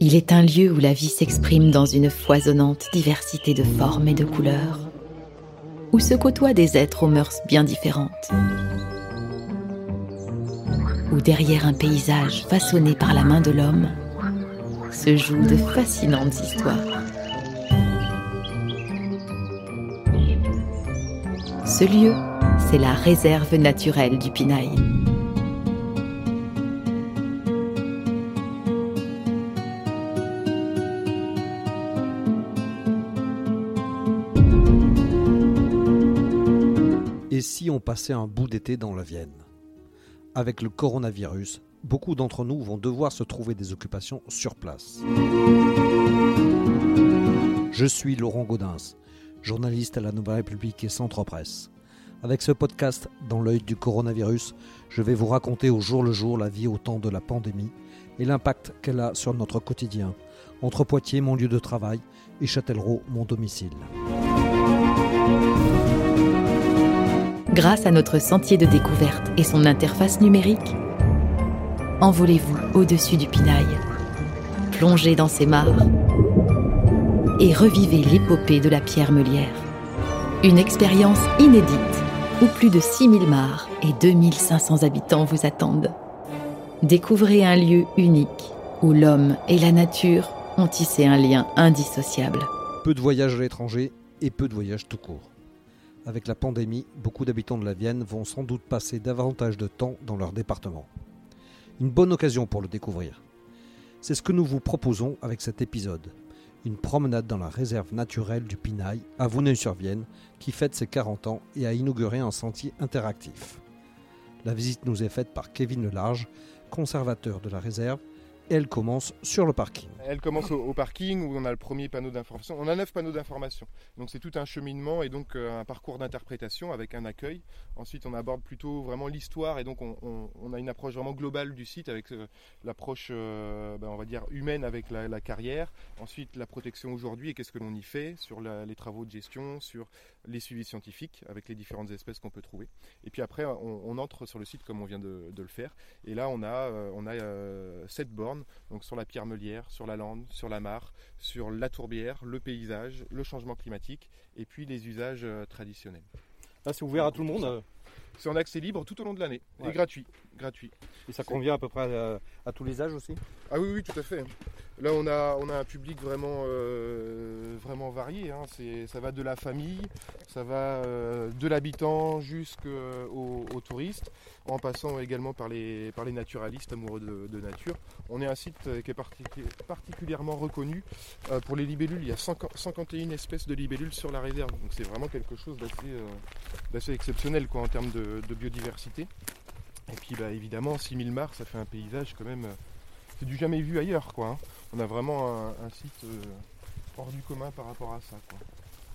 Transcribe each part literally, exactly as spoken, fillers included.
Il est un lieu où la vie s'exprime dans une foisonnante diversité de formes et de couleurs, où se côtoient des êtres aux mœurs bien différentes, où derrière un paysage façonné par la main de l'homme, se jouent de fascinantes histoires. Ce lieu, c'est la réserve naturelle du Pinail. Et si on passait un bout d'été dans la Vienne ? Avec le coronavirus, beaucoup d'entre nous vont devoir se trouver des occupations sur place. Je suis Laurent Gaudens, journaliste à la Nouvelle République et Centre Presse. Avec ce podcast, Dans l'œil du coronavirus, je vais vous raconter au jour le jour la vie au temps de la pandémie et l'impact qu'elle a sur notre quotidien, entre Poitiers, mon lieu de travail, et Châtellerault, mon domicile. Grâce à notre sentier de découverte et son interface numérique, envolez-vous au-dessus du Pinail, plongez dans ses mares et revivez l'épopée de la pierre meulière. Une expérience inédite où plus de six mille mares et deux mille cinq cents habitants vous attendent. Découvrez un lieu unique où l'homme et la nature ont tissé un lien indissociable. Peu de voyages à l'étranger et peu de voyages tout court. Avec la pandémie, beaucoup d'habitants de la Vienne vont sans doute passer davantage de temps dans leur département. Une bonne occasion pour le découvrir. C'est ce que nous vous proposons avec cet épisode. Une promenade dans la réserve naturelle du Pinail à Vouneuil-sur-Vienne qui fête ses quarante ans et a inauguré un sentier interactif. La visite nous est faite par Kevin Lelarge, conservateur de la réserve, et elle commence sur le parking. Elle commence au, au parking où on a le premier panneau d'information. On a neuf panneaux d'information. Donc c'est tout un cheminement et donc euh, un parcours d'interprétation avec un accueil. Ensuite on aborde plutôt vraiment l'histoire et donc on, on, on a une approche vraiment globale du site avec euh, l'approche euh, ben, on va dire humaine avec la, la carrière. Ensuite la protection aujourd'hui et qu'est-ce que l'on y fait sur la, les travaux de gestion, sur les suivis scientifiques avec les différentes espèces qu'on peut trouver. Et puis après on, on entre sur le site comme on vient de, de le faire. Et là on a, euh, on a euh, sept bornes. Donc sur la pierre meulière, sur la lande, sur la mare, sur la tourbière, le paysage, le changement climatique et puis les usages euh, traditionnels. Là c'est ouvert à tout le monde euh... C'est en accès libre tout au long de l'année ouais. Et gratuit, gratuit. Et ça convient à peu près à, à tous les âges aussi ? Ah oui, oui, tout à fait. Là on a, on a un public vraiment, euh, vraiment varié. Hein. C'est, ça va de la famille, ça va euh, de l'habitant jusqu'aux aux touristes, en passant également par les, par les naturalistes amoureux de, de nature. On est un site qui est partic- particulièrement reconnu euh, pour les libellules. Il y a cinquante et une espèces de libellules sur la réserve. Donc c'est vraiment quelque chose d'assez, euh, d'assez exceptionnel quoi, en termes de, de biodiversité. Et puis bah, évidemment, six mille mares, ça fait un paysage quand même... Euh, c'est du jamais vu ailleurs, quoi. Hein. On a vraiment un, un site euh, hors du commun par rapport à ça, quoi.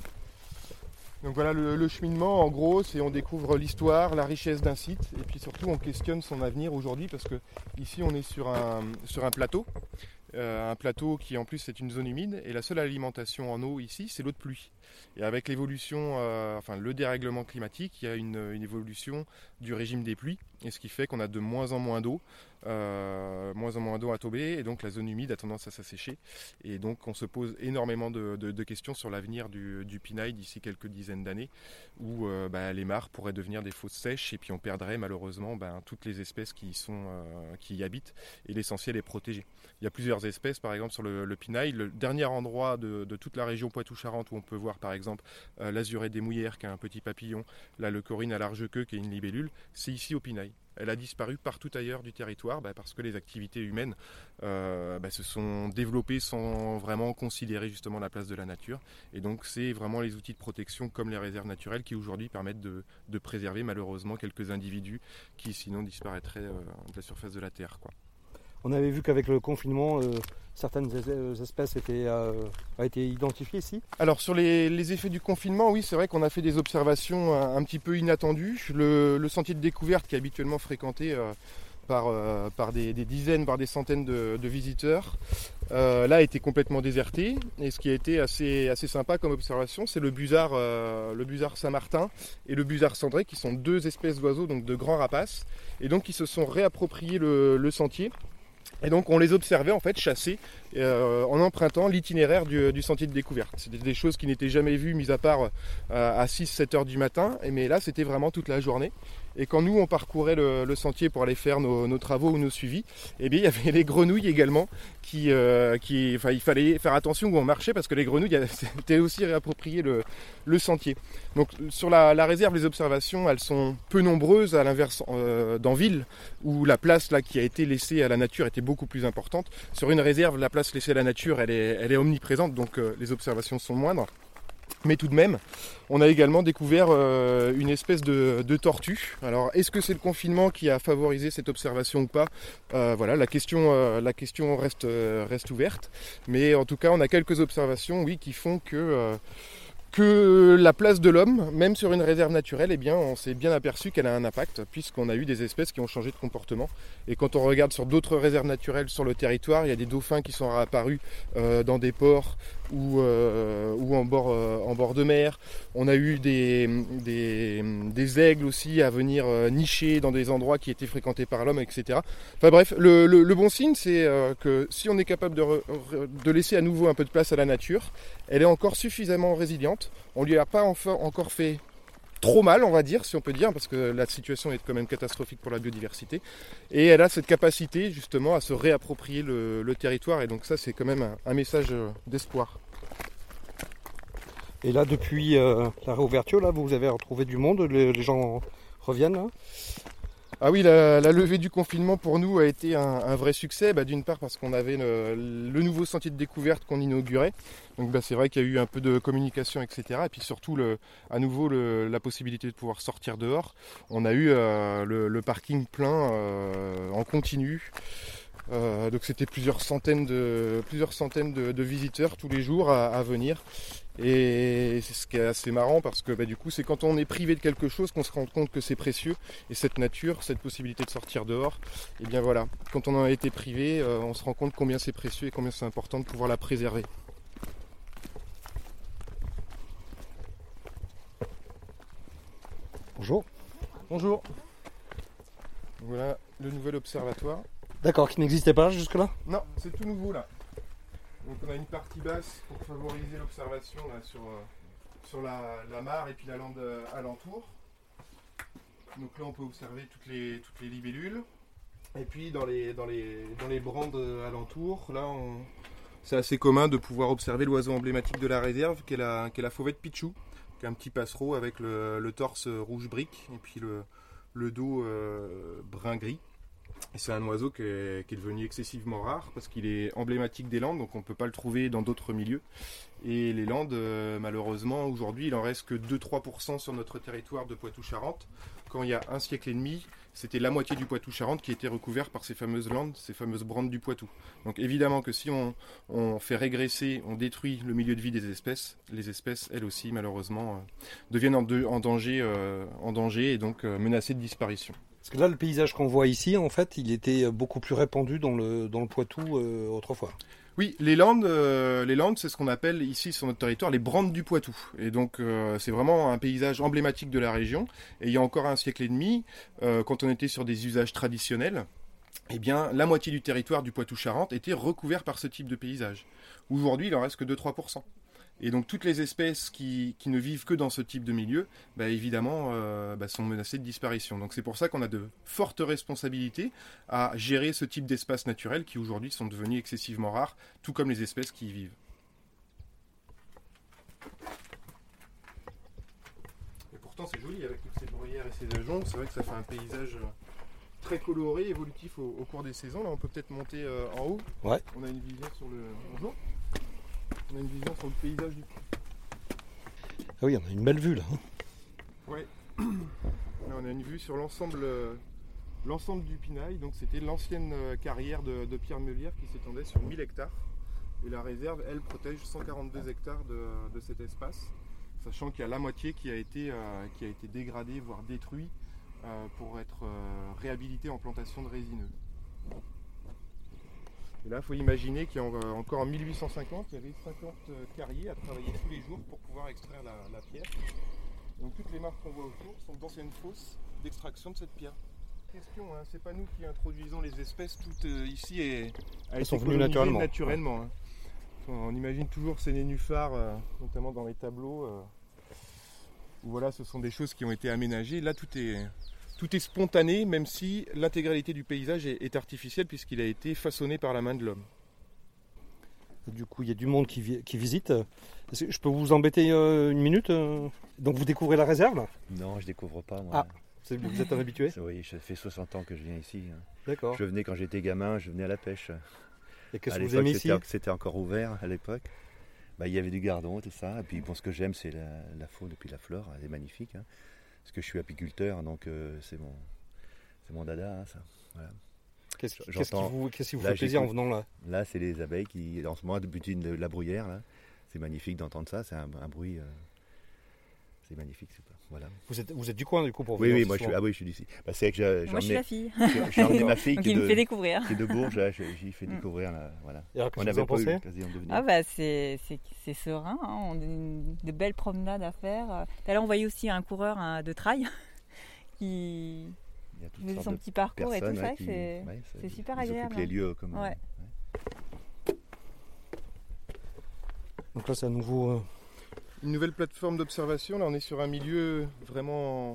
Donc voilà, le, le cheminement, en gros, c'est on découvre l'histoire, la richesse d'un site, et puis surtout on questionne son avenir aujourd'hui, parce que ici on est sur un, sur un plateau, euh, un plateau qui en plus c'est une zone humide, et la seule alimentation en eau ici, c'est l'eau de pluie. Et avec l'évolution, euh, enfin le dérèglement climatique, il y a une, une évolution du régime des pluies, et ce qui fait qu'on a de moins en moins d'eau, euh, moins en moins d'eau à tomber, et donc la zone humide a tendance à s'assécher. Et donc on se pose énormément de, de, de questions sur l'avenir du, du Pinail d'ici quelques dizaines d'années, où euh, bah, les mares pourraient devenir des fosses sèches, et puis on perdrait malheureusement bah, toutes les espèces qui y, sont, euh, qui y habitent, et l'essentiel est protégé. Il y a plusieurs espèces, par exemple sur le, le Pinail, le dernier endroit de, de toute la région Poitou-Charentes où on peut voir par exemple euh, l'azurée des mouillères qui a un petit papillon, la leucorine à large queue qui est une libellule, c'est ici au Pinail. Elle a disparu partout ailleurs du territoire bah, parce que les activités humaines euh, bah, se sont développées sans vraiment considérer justement la place de la nature. Et donc c'est vraiment les outils de protection comme les réserves naturelles qui aujourd'hui permettent de, de préserver malheureusement quelques individus qui sinon disparaîtraient euh, de la surface de la Terre, quoi. On avait vu qu'avec le confinement, euh, certaines espèces étaient, euh, ont été identifiées ici. Alors sur les, les effets du confinement, oui, c'est vrai qu'on a fait des observations un, un petit peu inattendues. Le, le sentier de découverte qui est habituellement fréquenté euh, par, euh, par des, des dizaines, voire des centaines de, de visiteurs, euh, là a été complètement déserté. Et ce qui a été assez, assez sympa comme observation, c'est le busard, euh, le busard Saint-Martin et le busard cendré, qui sont deux espèces d'oiseaux, donc de grands rapaces, et donc qui se sont réappropriés le, le sentier. Et donc on les observait en fait chasser euh, en empruntant l'itinéraire du, du sentier de découverte. C'était des choses qui n'étaient jamais vues, mis à part euh, à six sept heures du matin, et, mais là c'était vraiment toute la journée. Et quand nous on parcourait le, le sentier pour aller faire nos, nos travaux ou nos suivis, eh bien il y avait les grenouilles également qui, euh, qui enfin il fallait faire attention où on marchait parce que les grenouilles c'était aussi réapproprié le, le sentier. Donc sur la, la réserve, les observations elles sont peu nombreuses, à l'inverse euh, dans ville où la place là qui a été laissée à la nature était beaucoup plus importante. Sur une réserve, la place laissée à la nature elle est, elle est omniprésente, donc euh, les observations sont moindres. Mais tout de même, on a également découvert euh, une espèce de, de tortue. Alors, est-ce que c'est le confinement qui a favorisé cette observation ou pas ? euh, Voilà, la question, euh, la question reste, euh, reste ouverte. Mais en tout cas, on a quelques observations, oui, qui font que, euh, que la place de l'homme, même sur une réserve naturelle, eh bien, on s'est bien aperçu qu'elle a un impact, puisqu'on a eu des espèces qui ont changé de comportement. Et quand on regarde sur d'autres réserves naturelles sur le territoire, il y a des dauphins qui sont apparus euh, dans des ports ou, euh, ou en, bord, euh, en bord de mer. On a eu des, des, des aigles aussi à venir euh, nicher dans des endroits qui étaient fréquentés par l'homme, et cetera. Enfin bref, le, le, le bon signe, c'est euh, que si on est capable de, re, de laisser à nouveau un peu de place à la nature, elle est encore suffisamment résiliente. On ne lui a pas enfin encore fait trop mal, on va dire, si on peut dire, parce que la situation est quand même catastrophique pour la biodiversité. Et elle a cette capacité, justement, à se réapproprier le, le territoire. Et donc ça, c'est quand même un, un message d'espoir. Et là, depuis euh, la réouverture, là, vous avez retrouvé du monde, les, les gens reviennent là ? Ah oui, la, la levée du confinement pour nous a été un, un vrai succès. Bah, d'une part parce qu'on avait le, le nouveau sentier de découverte qu'on inaugurait. Donc bah, c'est vrai qu'il y a eu un peu de communication, et cetera. Et puis surtout, le, à nouveau, le, la possibilité de pouvoir sortir dehors. On a eu euh, le, le parking plein euh, en continu. Euh, donc c'était plusieurs centaines de, plusieurs centaines de, de visiteurs tous les jours à, à venir. Et c'est ce qui est assez marrant parce que bah, du coup c'est quand on est privé de quelque chose qu'on se rend compte que c'est précieux. Et cette nature, cette possibilité de sortir dehors, et bien voilà, quand on en a été privé, euh, on se rend compte combien c'est précieux et combien c'est important de pouvoir la préserver. Bonjour. Bonjour. Voilà le nouvel observatoire. D'accord, qui n'existait pas jusque-là ? Non, c'est tout nouveau là. Donc on a une partie basse pour favoriser l'observation là, sur, euh, sur la, la mare et puis la lande euh, alentour. Donc là on peut observer toutes les, toutes les libellules. Et puis dans les, dans les, dans les brandes alentours, là on... c'est assez commun de pouvoir observer l'oiseau emblématique de la réserve qui est la, qui est la fauvette pichou, qui est un petit passereau avec le, le torse rouge brique et puis le, le dos euh, brun gris. Et c'est un oiseau qui est, qui est devenu excessivement rare parce qu'il est emblématique des Landes, donc on ne peut pas le trouver dans d'autres milieux. Et les Landes, euh, malheureusement, aujourd'hui, il en reste que deux à trois pour cent sur notre territoire de Poitou-Charentes. Quand il y a un siècle et demi, c'était la moitié du Poitou-Charentes qui était recouvert par ces fameuses Landes, ces fameuses brandes du Poitou. Donc évidemment que si on, on fait régresser, on détruit le milieu de vie des espèces, les espèces, elles aussi, malheureusement, euh, deviennent en, de, en, danger, euh, en danger et donc euh, menacées de disparition. Parce que là, le paysage qu'on voit ici, en fait, il était beaucoup plus répandu dans le, dans le Poitou euh, autrefois. Oui, les Landes, euh, les Landes, c'est ce qu'on appelle ici sur notre territoire les brandes du Poitou. Et donc, euh, c'est vraiment un paysage emblématique de la région. Et il y a encore un siècle et demi, euh, quand on était sur des usages traditionnels, eh bien, la moitié du territoire du Poitou-Charentes était recouvert par ce type de paysage. Aujourd'hui, il en reste que deux à trois pour cent. Et donc toutes les espèces qui, qui ne vivent que dans ce type de milieu, bah évidemment, euh, bah sont menacées de disparition. Donc c'est pour ça qu'on a de fortes responsabilités à gérer ce type d'espaces naturels qui aujourd'hui sont devenus excessivement rares, tout comme les espèces qui y vivent. Et pourtant c'est joli avec toutes ces bruyères et ces ajoncs, c'est vrai que ça fait un paysage très coloré, évolutif au, au cours des saisons. Là on peut peut-être monter euh, en haut. Ouais. On a une vision sur le... Bonjour. On a une vision sur le paysage du... Ah oui, on a une belle vue là. Ouais. Là, on a une vue sur l'ensemble, euh, l'ensemble du Pinail. Donc c'était l'ancienne euh, carrière de, de Pierre Meulière qui s'étendait sur mille hectares. Et la réserve, elle, protège cent quarante-deux hectares de, de cet espace. Sachant qu'il y a la moitié qui a été, euh, qui a été dégradée, voire détruit, euh, pour être euh, réhabilité en plantation de résineux. Et là, il faut imaginer qu'encore en mille huit cent cinquante, il y avait cinquante carriers à travailler tous les jours pour pouvoir extraire la, la pierre. Donc toutes les marques qu'on voit autour sont d'anciennes fosses d'extraction de cette pierre. question, hein. C'est pas nous qui introduisons les espèces, tout euh, ici est, a Elles été sont venues colonisé naturellement. naturellement, hein. On imagine toujours ces nénuphars, euh, notamment dans les tableaux, euh, où voilà, ce sont des choses qui ont été aménagées. Là, tout est, tout est spontané, même si l'intégralité du paysage est, est artificielle, puisqu'il a été façonné par la main de l'homme. Du coup, il y a du monde qui, vi- qui visite. Est-ce que je peux vous embêter euh, une minute euh Donc vous découvrez la réserve là? Non, je découvre pas moi. Ah. C'est- Vous êtes un habitué? Oui, ça fait soixante ans que je viens ici. hein. D'accord. Je venais quand j'étais gamin, je venais à la pêche. Et qu'est-ce À que vous l'époque, aimez ici? c'était, c'était encore ouvert à l'époque. Bah, il y avait du gardon, tout ça. Et puis bon, ce que j'aime, c'est la, la faune et puis la flore. Elle est magnifique. hein. Parce que je suis apiculteur, donc euh, c'est mon, c'est mon dada, hein, ça. Voilà. Qu'est-ce qu'est-ce qui j'entends- vous, qu'est-ce qui vous Là, fait plaisir en j'écoute. venant là? Là, c'est les abeilles qui, en ce moment, butinent de la bruyère. Là. C'est magnifique d'entendre ça. C'est un, un bruit. euh, c'est magnifique. C'est pas, voilà. Vous êtes, vous êtes du coin du coup pour Oui, venir oui, aussi moi je suis, souvent. ah oui, je suis d'ici. Bah, c'est vrai que j'ai, j'ai Moi, je suis emmené, la fille. j'ai- j'ai emmené ma fille Donc, qui, il me de, fait découvrir. qui est de Bourges. Là, j'ai, j'ai fait Mm. découvrir. Là, voilà. Et alors, On qu'est-ce que vous n'avait en pas eu pensez? l'occasion de venir. Ah bah c'est, c'est, c'est serein, hein. On a une- de belles promenades à faire. Tout à l'heure on voyait aussi un coureur un, de trail qui Il y a toutes faisait sortes son de petit parcours et tout personnes, ça. ouais, qui- c'est... ouais, ça- c'est super ils agréable, occupent les hein. lieux comme. Ouais. Donc là, c'est à nouveau. euh, Une nouvelle plateforme d'observation. Là, on est sur un milieu vraiment,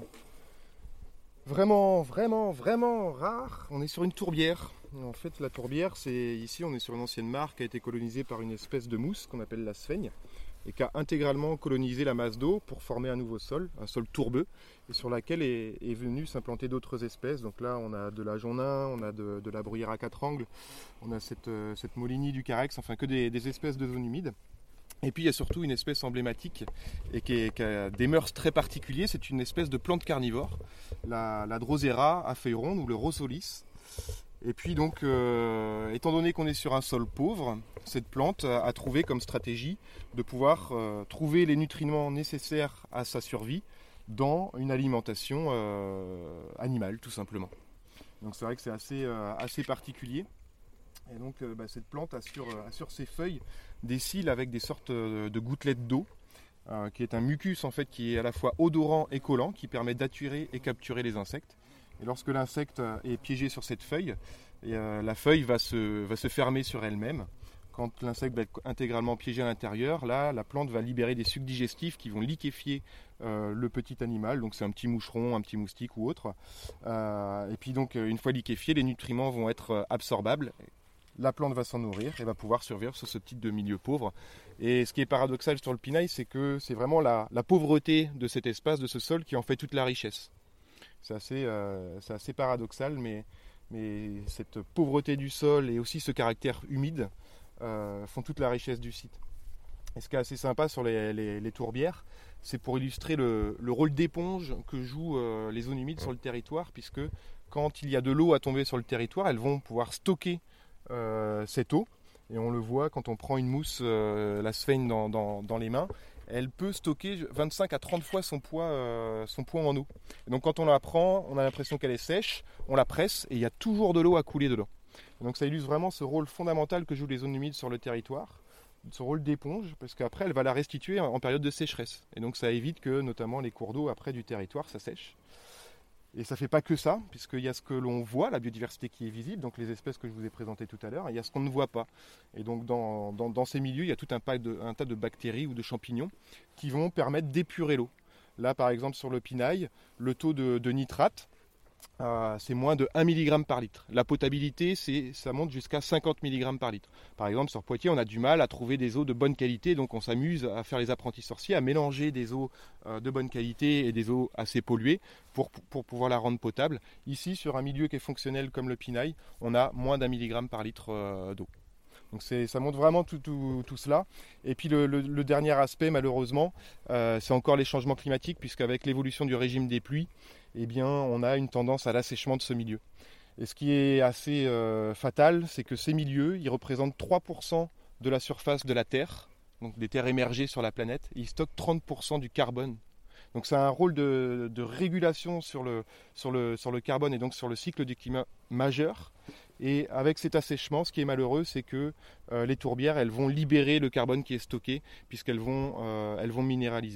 vraiment, vraiment, vraiment rare. On est sur une tourbière. En fait, la tourbière, c'est ici, on est sur une ancienne mare qui a été colonisée par une espèce de mousse qu'on appelle la sphaigne et qui a intégralement colonisé la masse d'eau pour former un nouveau sol, un sol tourbeux, et sur laquelle est, est venu s'implanter d'autres espèces. Donc là, on a de la jonnin, on a de, de la bruyère à quatre angles, on a cette, euh, cette molinie du carex, enfin que des, des espèces de zones humides. Et puis il y a surtout une espèce emblématique et qui, est- qui a des mœurs très particuliers, c'est une espèce de plante carnivore, la, la Drosera à feuilles rondes ou le Rosolis. Et puis donc, euh, étant donné qu'on est sur un sol pauvre, cette plante a, a trouvé comme stratégie de pouvoir euh, trouver les nutriments nécessaires à sa survie dans une alimentation euh, animale tout simplement. Donc c'est vrai que c'est assez, euh, assez particulier. Et donc euh, bah, cette plante a sur, a sur ses feuilles des cils avec des sortes euh, de gouttelettes d'eau, euh, qui est un mucus en fait qui est à la fois odorant et collant, qui permet d'attirer et capturer les insectes. Et lorsque l'insecte euh, est piégé sur cette feuille, et, euh, la feuille va se, va se fermer sur elle-même. Quand l'insecte va être intégralement piégé à l'intérieur, là, la plante va libérer des sucs digestifs qui vont liquéfier euh, le petit animal. Donc c'est un petit moucheron, un petit moustique ou autre. Euh, et puis donc une fois liquéfié, les nutriments vont être absorbables. La plante va s'en nourrir et va pouvoir survivre sur ce type de milieu pauvre. Et ce qui est paradoxal sur le pinail, c'est que c'est vraiment la, la pauvreté de cet espace, de ce sol, qui en fait toute la richesse. C'est assez, euh, c'est assez paradoxal, mais, mais cette pauvreté du sol et aussi ce caractère humide euh, font toute la richesse du site. Et ce qui est assez sympa sur les, les, les tourbières, c'est pour illustrer le, le rôle d'éponge que jouent euh, les zones humides sur le territoire, puisque quand il y a de l'eau à tomber sur le territoire, elles vont pouvoir stocker Euh, cette eau, et on le voit quand on prend une mousse, euh, la sphaigne dans, dans, dans les mains, elle peut stocker vingt-cinq à trente fois son poids, euh, son poids en eau. Et donc quand on la prend, on a l'impression qu'elle est sèche, on la presse et il y a toujours de l'eau à couler dedans. Et donc ça illustre vraiment ce rôle fondamental que jouent les zones humides sur le territoire, ce rôle d'éponge, parce qu'après elle va la restituer en période de sécheresse. Et donc ça évite que notamment les cours d'eau après du territoire ça sèche. Et ça ne fait pas que ça, puisqu'il y a ce que l'on voit, la biodiversité qui est visible, donc les espèces que je vous ai présentées tout à l'heure, et il y a ce qu'on ne voit pas. Et donc dans, dans, dans ces milieux, il y a tout un, tas de, un tas de bactéries ou de champignons qui vont permettre d'épurer l'eau. Là, par exemple, sur le pinail, le taux de, de nitrate, euh, c'est moins de un milligramme par litre. La potabilité, c'est, ça monte jusqu'à cinquante milligrammes par litre. Par exemple, sur Poitiers, on a du mal à trouver des eaux de bonne qualité, donc on s'amuse à faire les apprentis sorciers, à mélanger des eaux euh, de bonne qualité et des eaux assez polluées pour, pour pouvoir la rendre potable. Ici, sur un milieu qui est fonctionnel comme le pinail, on a moins d'un milligramme par litre euh, d'eau. Donc c'est, ça montre vraiment tout, tout, tout cela. Et puis le, le, le dernier aspect, malheureusement, euh, c'est encore les changements climatiques, puisqu'avec l'évolution du régime des pluies, eh bien, on a une tendance à l'assèchement de ce milieu. Et ce qui est assez euh, fatal, c'est que ces milieux, ils représentent trois pour cent de la surface de la Terre, donc des terres émergées sur la planète, et ils stockent trente pour cent du carbone. Donc c'est un rôle de, de régulation sur le, sur, le, sur le carbone et donc sur le cycle du climat majeur. Et avec cet assèchement, ce qui est malheureux, c'est que euh, les tourbières, elles vont libérer le carbone qui est stocké, puisqu'elles vont, euh, elles vont minéraliser.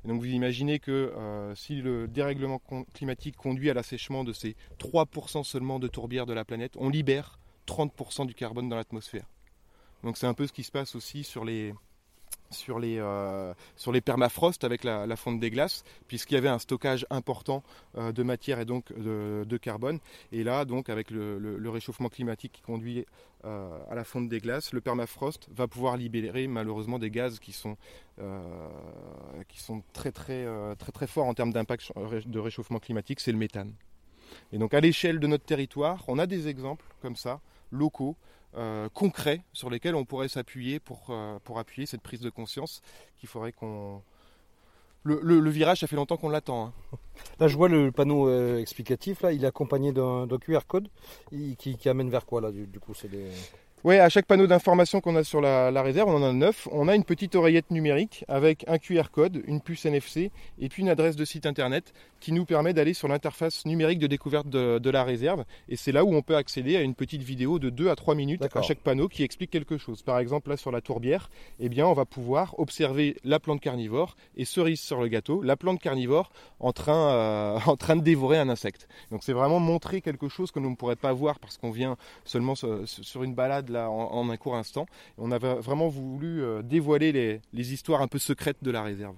Et donc vous imaginez que euh, si le dérèglement climatique conduit à l'assèchement de ces trois pour cent seulement de tourbières de la planète, on libère trente pour cent du carbone dans l'atmosphère. Donc c'est un peu ce qui se passe aussi sur les, sur les, euh, sur les permafrosts avec la, la fonte des glaces, puisqu'il y avait un stockage important euh, de matière et donc de, de carbone. Et là, donc, avec le, le, le réchauffement climatique qui conduit euh, à la fonte des glaces, le permafrost va pouvoir libérer malheureusement des gaz qui sont, euh, qui sont très, très, euh, très, très forts en termes d'impact de réchauffement climatique, c'est le méthane. Et donc à l'échelle de notre territoire, on a des exemples comme ça, locaux, Euh, concrets sur lesquels on pourrait s'appuyer pour, euh, pour appuyer cette prise de conscience qu'il faudrait qu'on... Le, le, le virage, ça fait longtemps qu'on l'attend. Hein. Là, je vois le panneau euh, explicatif, là, il est accompagné d'un, d'un Q R code il, qui, qui amène vers quoi, là, du, du coup c'est des... Oui, à chaque panneau d'information qu'on a sur la, la réserve, on en a neuf, on a une petite oreillette numérique avec un Q R code, une puce N F C et puis une adresse de site internet qui nous permet d'aller sur l'interface numérique de découverte de, de la réserve. Et c'est là où on peut accéder à une petite vidéo de deux à trois minutes D'accord. à chaque panneau qui explique quelque chose. Par exemple, là sur la tourbière, eh bien, on va pouvoir observer la plante carnivore et cerise sur le gâteau, la plante carnivore en train, euh, en train de dévorer un insecte. Donc c'est vraiment montrer quelque chose que nous ne pourrait pas voir parce qu'on vient seulement sur, sur une balade là, en, en un court instant. On avait vraiment voulu euh, dévoiler les, les histoires un peu secrètes de la réserve.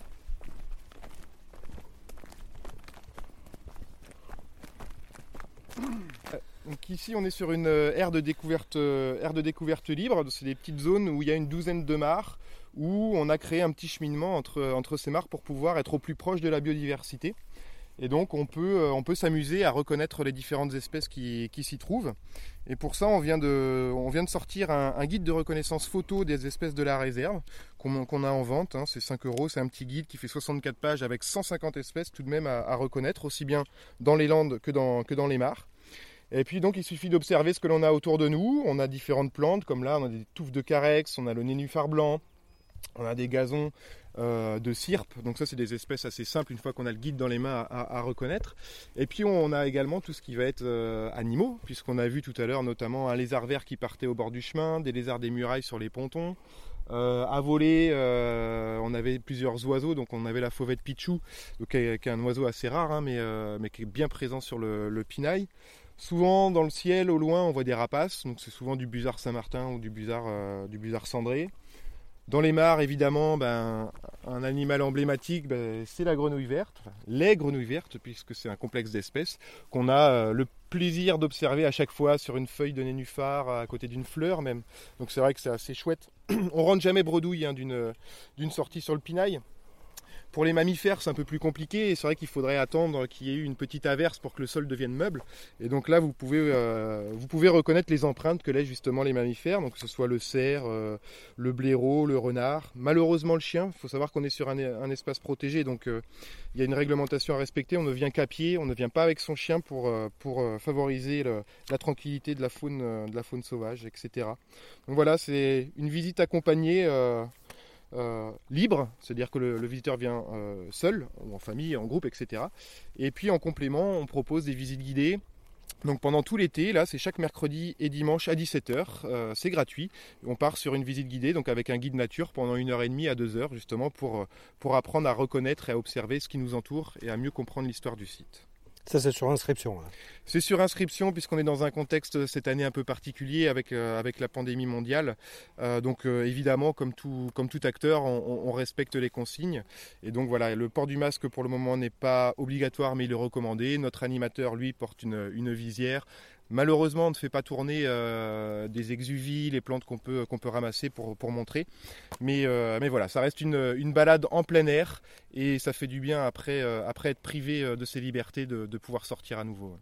Donc ici on est sur une aire de découverte, euh, aire de découverte libre, c'est des petites zones où il y a une douzaine de mares, où on a créé un petit cheminement entre, entre ces mares pour pouvoir être au plus proche de la biodiversité. Et donc on peut, on peut s'amuser à reconnaître les différentes espèces qui, qui s'y trouvent. Et pour ça on vient de, on vient de sortir un, un guide de reconnaissance photo des espèces de la réserve qu'on, qu'on a en vente. Hein, c'est cinq euros, c'est un petit guide qui fait soixante-quatre pages avec cent cinquante espèces tout de même à, à reconnaître, aussi bien dans les landes que dans, que dans les mares. Et puis donc il suffit d'observer ce que l'on a autour de nous. On a différentes plantes, comme là on a des touffes de carex, on a le nénuphar blanc, on a des gazons euh, de cyrpe. Donc ça c'est des espèces assez simples une fois qu'on a le guide dans les mains à, à, à reconnaître. Et puis on a également tout ce qui va être euh, animaux, puisqu'on a vu tout à l'heure notamment un lézard vert qui partait au bord du chemin, des lézards des murailles sur les pontons. Euh, à voler, euh, on avait plusieurs oiseaux, donc on avait la fauvette pichou, donc, qui, est, qui est un oiseau assez rare, hein, mais, euh, mais qui est bien présent sur le, le pinail. Souvent dans le ciel, au loin, on voit des rapaces, donc c'est souvent du busard Saint-Martin ou du busard, euh, du busard cendré. Dans les mares, évidemment, ben, un animal emblématique, ben, c'est la grenouille verte, enfin, les grenouilles vertes, puisque c'est un complexe d'espèces qu'on a euh, le plaisir d'observer à chaque fois sur une feuille de nénuphar, à côté d'une fleur même. Donc c'est vrai que c'est assez chouette. On rentre jamais bredouille hein, d'une, d'une sortie sur le pinail. Pour les mammifères, c'est un peu plus compliqué et c'est vrai qu'il faudrait attendre qu'il y ait eu une petite averse pour que le sol devienne meuble. Et donc là, vous pouvez, euh, vous pouvez reconnaître les empreintes que laissent justement les mammifères, donc que ce soit le cerf, euh, le blaireau, le renard. Malheureusement, le chien, il faut savoir qu'on est sur un, un espace protégé, donc euh, il y a une réglementation à respecter. On ne vient qu'à pied, on ne vient pas avec son chien pour, euh, pour euh, favoriser le, la tranquillité de la faune, euh, de la faune sauvage, et cetera. Donc voilà, c'est une visite accompagnée. Euh, Euh, libre, c'est-à-dire que le, le visiteur vient euh, seul, ou en famille, en groupe, et cetera. Et puis en complément, on propose des visites guidées. Donc pendant tout l'été, là c'est chaque mercredi et dimanche à dix-sept heures, euh, c'est gratuit. On part sur une visite guidée, donc avec un guide nature pendant une heure et demie à deux heures, justement pour, pour apprendre à reconnaître et à observer ce qui nous entoure et à mieux comprendre l'histoire du site. Ça, c'est sur inscription. Hein. C'est sur inscription, puisqu'on est dans un contexte cette année un peu particulier avec, euh, avec la pandémie mondiale. Euh, donc, euh, évidemment, comme tout, comme tout acteur, on, on respecte les consignes. Et donc, voilà, le port du masque pour le moment n'est pas obligatoire, mais il est recommandé. Notre animateur, lui, porte une, une visière. Malheureusement, on ne fait pas tourner euh, des exuvies, les plantes qu'on peut, qu'on peut ramasser pour, pour montrer. Mais, euh, mais voilà, ça reste une, une balade en plein air et ça fait du bien après, euh, après être privé de ses libertés de, de pouvoir sortir à nouveau.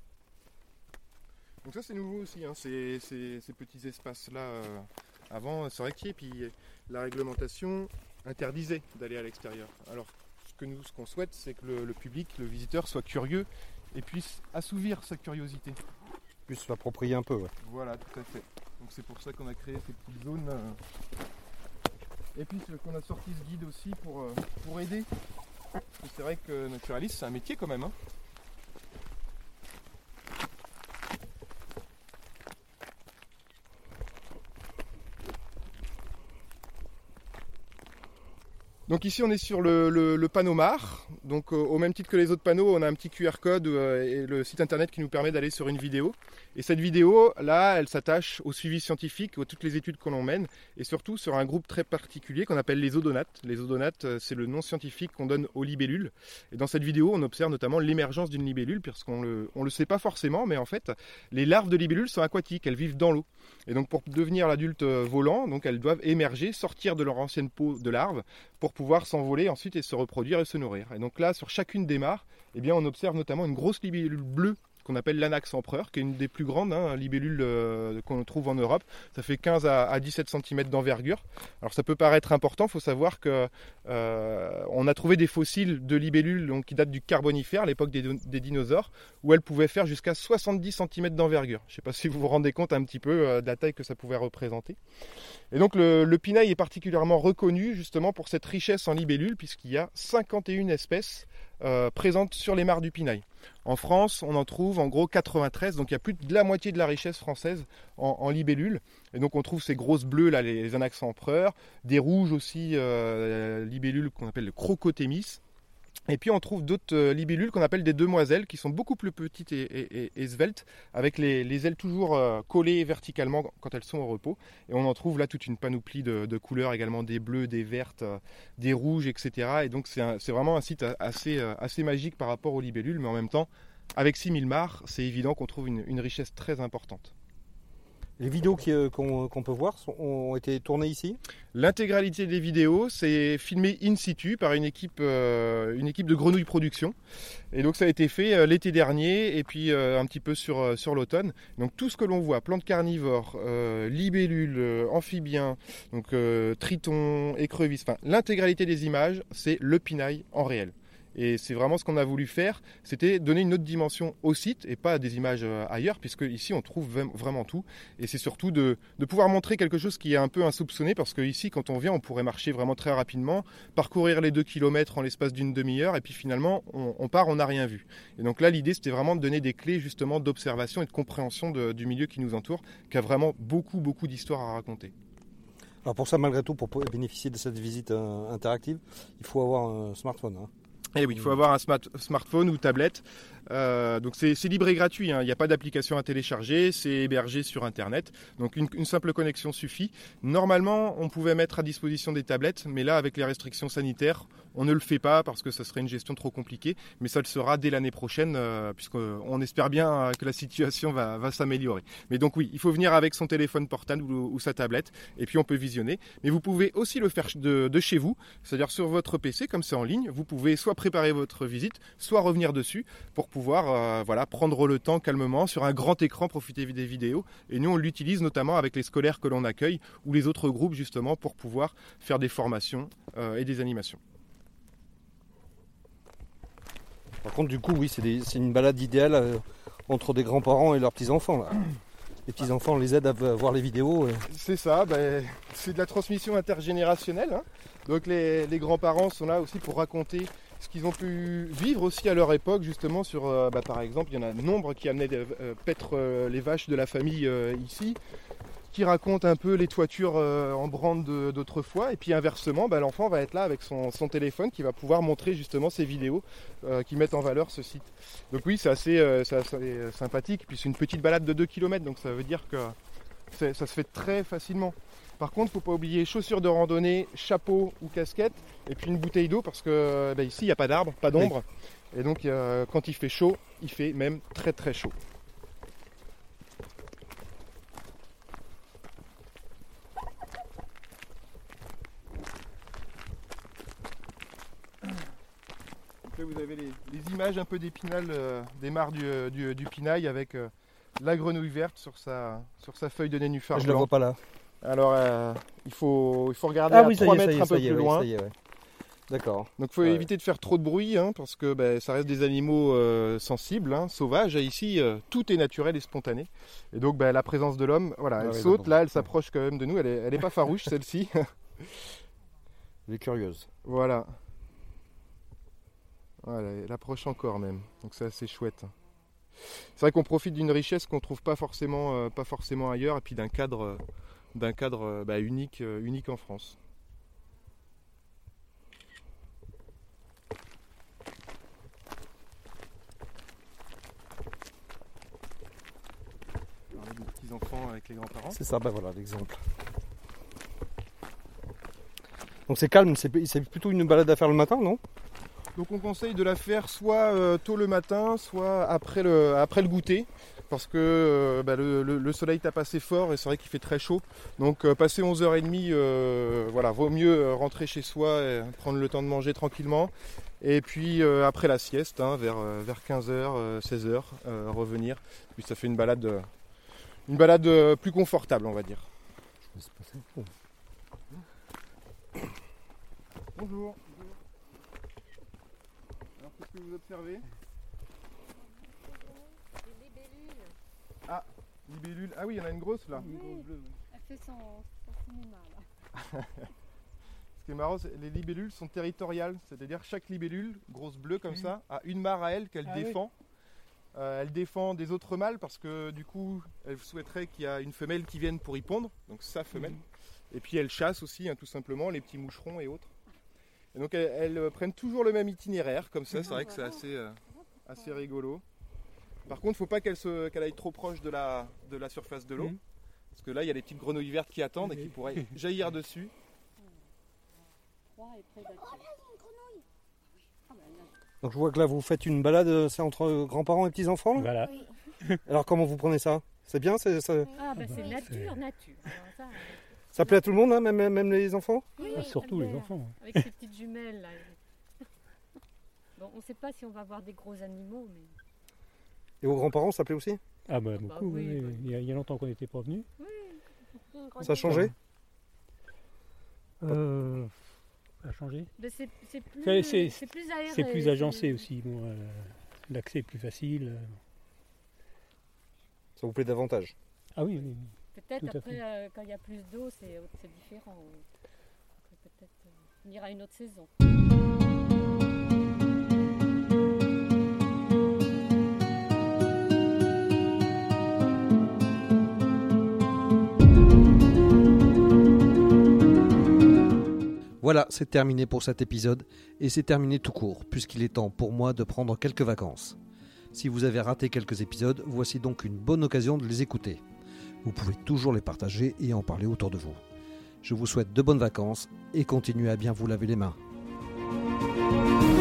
Donc ça c'est nouveau aussi, hein, ces, ces, ces petits espaces-là. Euh, avant, c'est vrai qu'il y a, puis la réglementation interdisait d'aller à l'extérieur. Alors ce que nous, ce qu'on souhaite, c'est que le, le public, le visiteur soit curieux et puisse assouvir sa curiosité. Puisse s'approprier un peu, ouais. Voilà, tout à fait. Donc c'est pour ça qu'on a créé ces petites zones. Euh... Et puis qu'on a sorti ce guide aussi pour, euh, pour aider. Parce que c'est vrai que naturaliste, c'est un métier quand même. Hein. Donc ici on est sur le, le, le panneau Mar, donc euh, au même titre que les autres panneaux on a un petit Q R code euh, et le site internet qui nous permet d'aller sur une vidéo. Et cette vidéo là elle s'attache au suivi scientifique, à toutes les études que l'on mène et surtout sur un groupe très particulier qu'on appelle les odonates. Les odonates euh, c'est le nom scientifique qu'on donne aux libellules. Et dans cette vidéo on observe notamment l'émergence d'une libellule puisqu'on le, on le sait pas forcément mais en fait les larves de libellules sont aquatiques, elles vivent dans l'eau. Et donc pour devenir l'adulte volant, donc elles doivent émerger, sortir de leur ancienne peau de larve pour pouvoir s'envoler ensuite et se reproduire et se nourrir. Et donc là, sur chacune des mares, eh bien, on observe notamment une grosse libellule bleue qu'on appelle l'Anax empereur, qui est une des plus grandes hein, libellules euh, qu'on trouve en Europe. Ça fait quinze à dix-sept centimètres d'envergure. Alors ça peut paraître important, il faut savoir qu'on euh, a trouvé des fossiles de libellules donc, qui datent du Carbonifère, à l'époque des, des dinosaures, où elles pouvaient faire jusqu'à soixante-dix centimètres d'envergure. Je ne sais pas si vous vous rendez compte un petit peu euh, de la taille que ça pouvait représenter. Et donc le, le pinail est particulièrement reconnu justement pour cette richesse en libellules, puisqu'il y a cinquante et une espèces euh, présentes sur les mares du Pinail. En France, on en trouve en gros quatre-vingt-treize, donc il y a plus de la moitié de la richesse française en, en libellules. Et donc on trouve ces grosses bleues, là, les, les Anax empereurs, des rouges aussi, euh, libellules qu'on appelle le Crocothémis. Et puis on trouve d'autres euh, libellules qu'on appelle des demoiselles, qui sont beaucoup plus petites et, et, et, et sveltes, avec les, les ailes toujours euh, collées verticalement quand elles sont au repos. Et on en trouve là toute une panoplie de, de couleurs, également des bleues, des vertes, euh, des rouges, et cetera. Et donc c'est, un, c'est vraiment un site assez, euh, assez magique par rapport aux libellules, mais en même temps, avec six mille mares, c'est évident qu'on trouve une, une richesse très importante. Les vidéos qui, euh, qu'on, qu'on peut voir sont, ont été tournées ici ? L'intégralité des vidéos, c'est filmé in situ par une équipe, euh, une équipe de Grenouille Production. Et donc ça a été fait euh, l'été dernier et puis euh, un petit peu sur, euh, sur l'automne. Donc tout ce que l'on voit, plantes carnivores, euh, libellules, euh, amphibiens, donc, euh, tritons, écrevisses, enfin l'intégralité des images, c'est le pinail en réel. Et c'est vraiment ce qu'on a voulu faire, c'était donner une autre dimension au site et pas des images ailleurs, puisque ici on trouve vraiment tout. Et c'est surtout de, de pouvoir montrer quelque chose qui est un peu insoupçonné, parce qu'ici quand on vient on pourrait marcher vraiment très rapidement, parcourir les deux kilomètres en l'espace d'une demi-heure, et puis finalement on, on part, on n'a rien vu. Et donc là l'idée c'était vraiment de donner des clés justement d'observation et de compréhension de, du milieu qui nous entoure, qui a vraiment beaucoup beaucoup d'histoires à raconter. Alors pour ça, malgré tout, pour bénéficier de cette visite euh, interactive, il faut avoir un smartphone. Hein. Et oui, il faut avoir un smart, smartphone ou tablette. Euh, donc c'est, c'est libre et gratuit, hein. Il n'y a pas d'application à télécharger, c'est hébergé sur Internet. Donc une, une simple connexion suffit. Normalement, on pouvait mettre à disposition des tablettes, mais là, avec les restrictions sanitaires, on ne le fait pas parce que ça serait une gestion trop compliquée. Mais ça le sera dès l'année prochaine, euh, puisqu'on espère bien que la situation va, va s'améliorer. Mais donc oui, il faut venir avec son téléphone portable ou, ou sa tablette, et puis on peut visionner. Mais vous pouvez aussi le faire de, de chez vous, c'est-à-dire sur votre P C, comme c'est en ligne. Vous pouvez soit préparer votre visite, soit revenir dessus pour pouvoir pouvoir euh, voilà, prendre le temps calmement sur un grand écran, profiter des vidéos. Et nous, on l'utilise notamment avec les scolaires que l'on accueille ou les autres groupes justement pour pouvoir faire des formations euh, et des animations. Par contre, du coup, oui, c'est, des, c'est une balade idéale euh, entre des grands-parents et leurs petits-enfants. Là. Les petits-enfants, on les aide à voir les vidéos. Et... C'est ça, ben, c'est de la transmission intergénérationnelle. Hein. Donc les, les grands-parents sont là aussi pour raconter ce qu'ils ont pu vivre aussi à leur époque, justement, sur, euh, bah, par exemple, il y en a nombre qui amenaient de, euh, paître euh, les vaches de la famille euh, ici, qui racontent un peu les toitures euh, en brande de, d'autrefois, et puis inversement, bah, l'enfant va être là avec son, son téléphone qui va pouvoir montrer justement ces vidéos euh, qui mettent en valeur ce site. Donc oui, c'est assez, euh, c'est assez sympathique, puis c'est une petite balade de deux kilomètres, donc ça veut dire que c'est, ça se fait très facilement. Par contre, il ne faut pas oublier chaussures de randonnée, chapeau ou casquette, et puis une bouteille d'eau, parce que bah, ici, il n'y a pas d'arbre, pas d'ombre. Oui. Et donc, euh, quand il fait chaud, il fait même très très chaud. Donc là, vous avez les, les images un peu d'épinal euh, des mares du, du, du Pinail, avec euh, la grenouille verte sur sa, sur sa feuille de nénuphar. Je ne la vois pas là. Alors, euh, il, faut, il faut regarder ah, à oui, trois y est, mètres y est, un peu y est, plus ouais, loin. Y est, ouais. D'accord. Donc il faut ouais. éviter de faire trop de bruit, hein, parce que bah, ça reste des animaux euh, sensibles, hein, sauvages. Et ici, euh, tout est naturel et spontané. Et donc bah, la présence de l'homme, voilà, elle ah, oui, saute, là, elle s'approche quand même de nous. Elle n'est elle est pas farouche, celle-ci. Elle est curieuse. Voilà. Voilà, elle approche encore même. Donc c'est assez chouette. C'est vrai qu'on profite d'une richesse qu'on ne trouve pas forcément, euh, pas forcément ailleurs, et puis d'un cadre... Euh, d'un cadre bah, unique, euh, unique en France. avec les grands-parents. C'est ça, ben voilà l'exemple. Donc c'est calme, c'est, c'est plutôt une balade à faire le matin, non? Donc on conseille de la faire soit euh, tôt le matin, soit après le, après le goûter, parce que euh, bah, le, le, le soleil tape assez fort et c'est vrai qu'il fait très chaud. Donc euh, passer onze heures trente, euh, voilà, vaut mieux rentrer chez soi et prendre le temps de manger tranquillement. Et puis euh, après la sieste, hein, vers, vers quinze heures, seize heures, euh, revenir. Puis ça fait une balade, euh, une balade euh, plus confortable, on va dire. Bonjour. Alors qu'est-ce que vous observez? Des libellules. Ah, libellule. Ah oui, il y en a une grosse là. Oui, une grosse bleue. Elle fait son, son cinéma là. Ce qui est marrant, c'est que les libellules sont territoriales, c'est-à-dire chaque libellule, grosse bleue comme mmh. ça, a une mare à elle qu'elle ah, défend. Oui. Euh, elle défend des autres mâles parce que du coup, elle souhaiterait qu'il y ait une femelle qui vienne pour y pondre, donc sa femelle. Mmh. Et puis elle chasse aussi, hein, tout simplement, les petits moucherons et autres. Et donc elles, elles prennent toujours le même itinéraire, comme ça, c'est vrai que c'est assez, euh, assez rigolo. Par contre, il ne faut pas qu'elle, se, qu'elle aille trop proche de la, de la surface de l'eau, mmh. parce que là, il y a les petites grenouilles vertes qui attendent et qui pourraient jaillir dessus. Donc je vois que là, vous faites une balade, c'est entre grands-parents et petits-enfants là? Voilà. Alors comment vous prenez ça? C'est bien c'est, ça... Ah bah c'est nature, nature. Alors, ça, ça plaît à tout le monde, hein, même, même les enfants? Oui, ah, surtout les enfants. Avec ces petites jumelles là. Bon, on ne sait pas si on va voir des gros animaux, mais... Et vos grands-parents, ça plaît aussi? Ah bah beaucoup, bah, oui, oui. Il, y a, il y a longtemps qu'on n'était pas venus. Oui. Ça a changé? euh, Ça a changé. C'est, c'est, plus, c'est, c'est, c'est plus aéré. C'est plus agencé c'est... aussi. Bon, euh, l'accès est plus facile. Ça vous plaît davantage? Ah oui, oui. Peut-être après, euh, quand il y a plus d'eau, c'est, c'est différent. Après, peut-être euh, on ira une autre saison. Voilà, c'est terminé pour cet épisode, et c'est terminé tout court, puisqu'il est temps pour moi de prendre quelques vacances. Si vous avez raté quelques épisodes, voici donc une bonne occasion de les écouter. Vous pouvez toujours les partager et en parler autour de vous. Je vous souhaite de bonnes vacances, et continuez à bien vous laver les mains.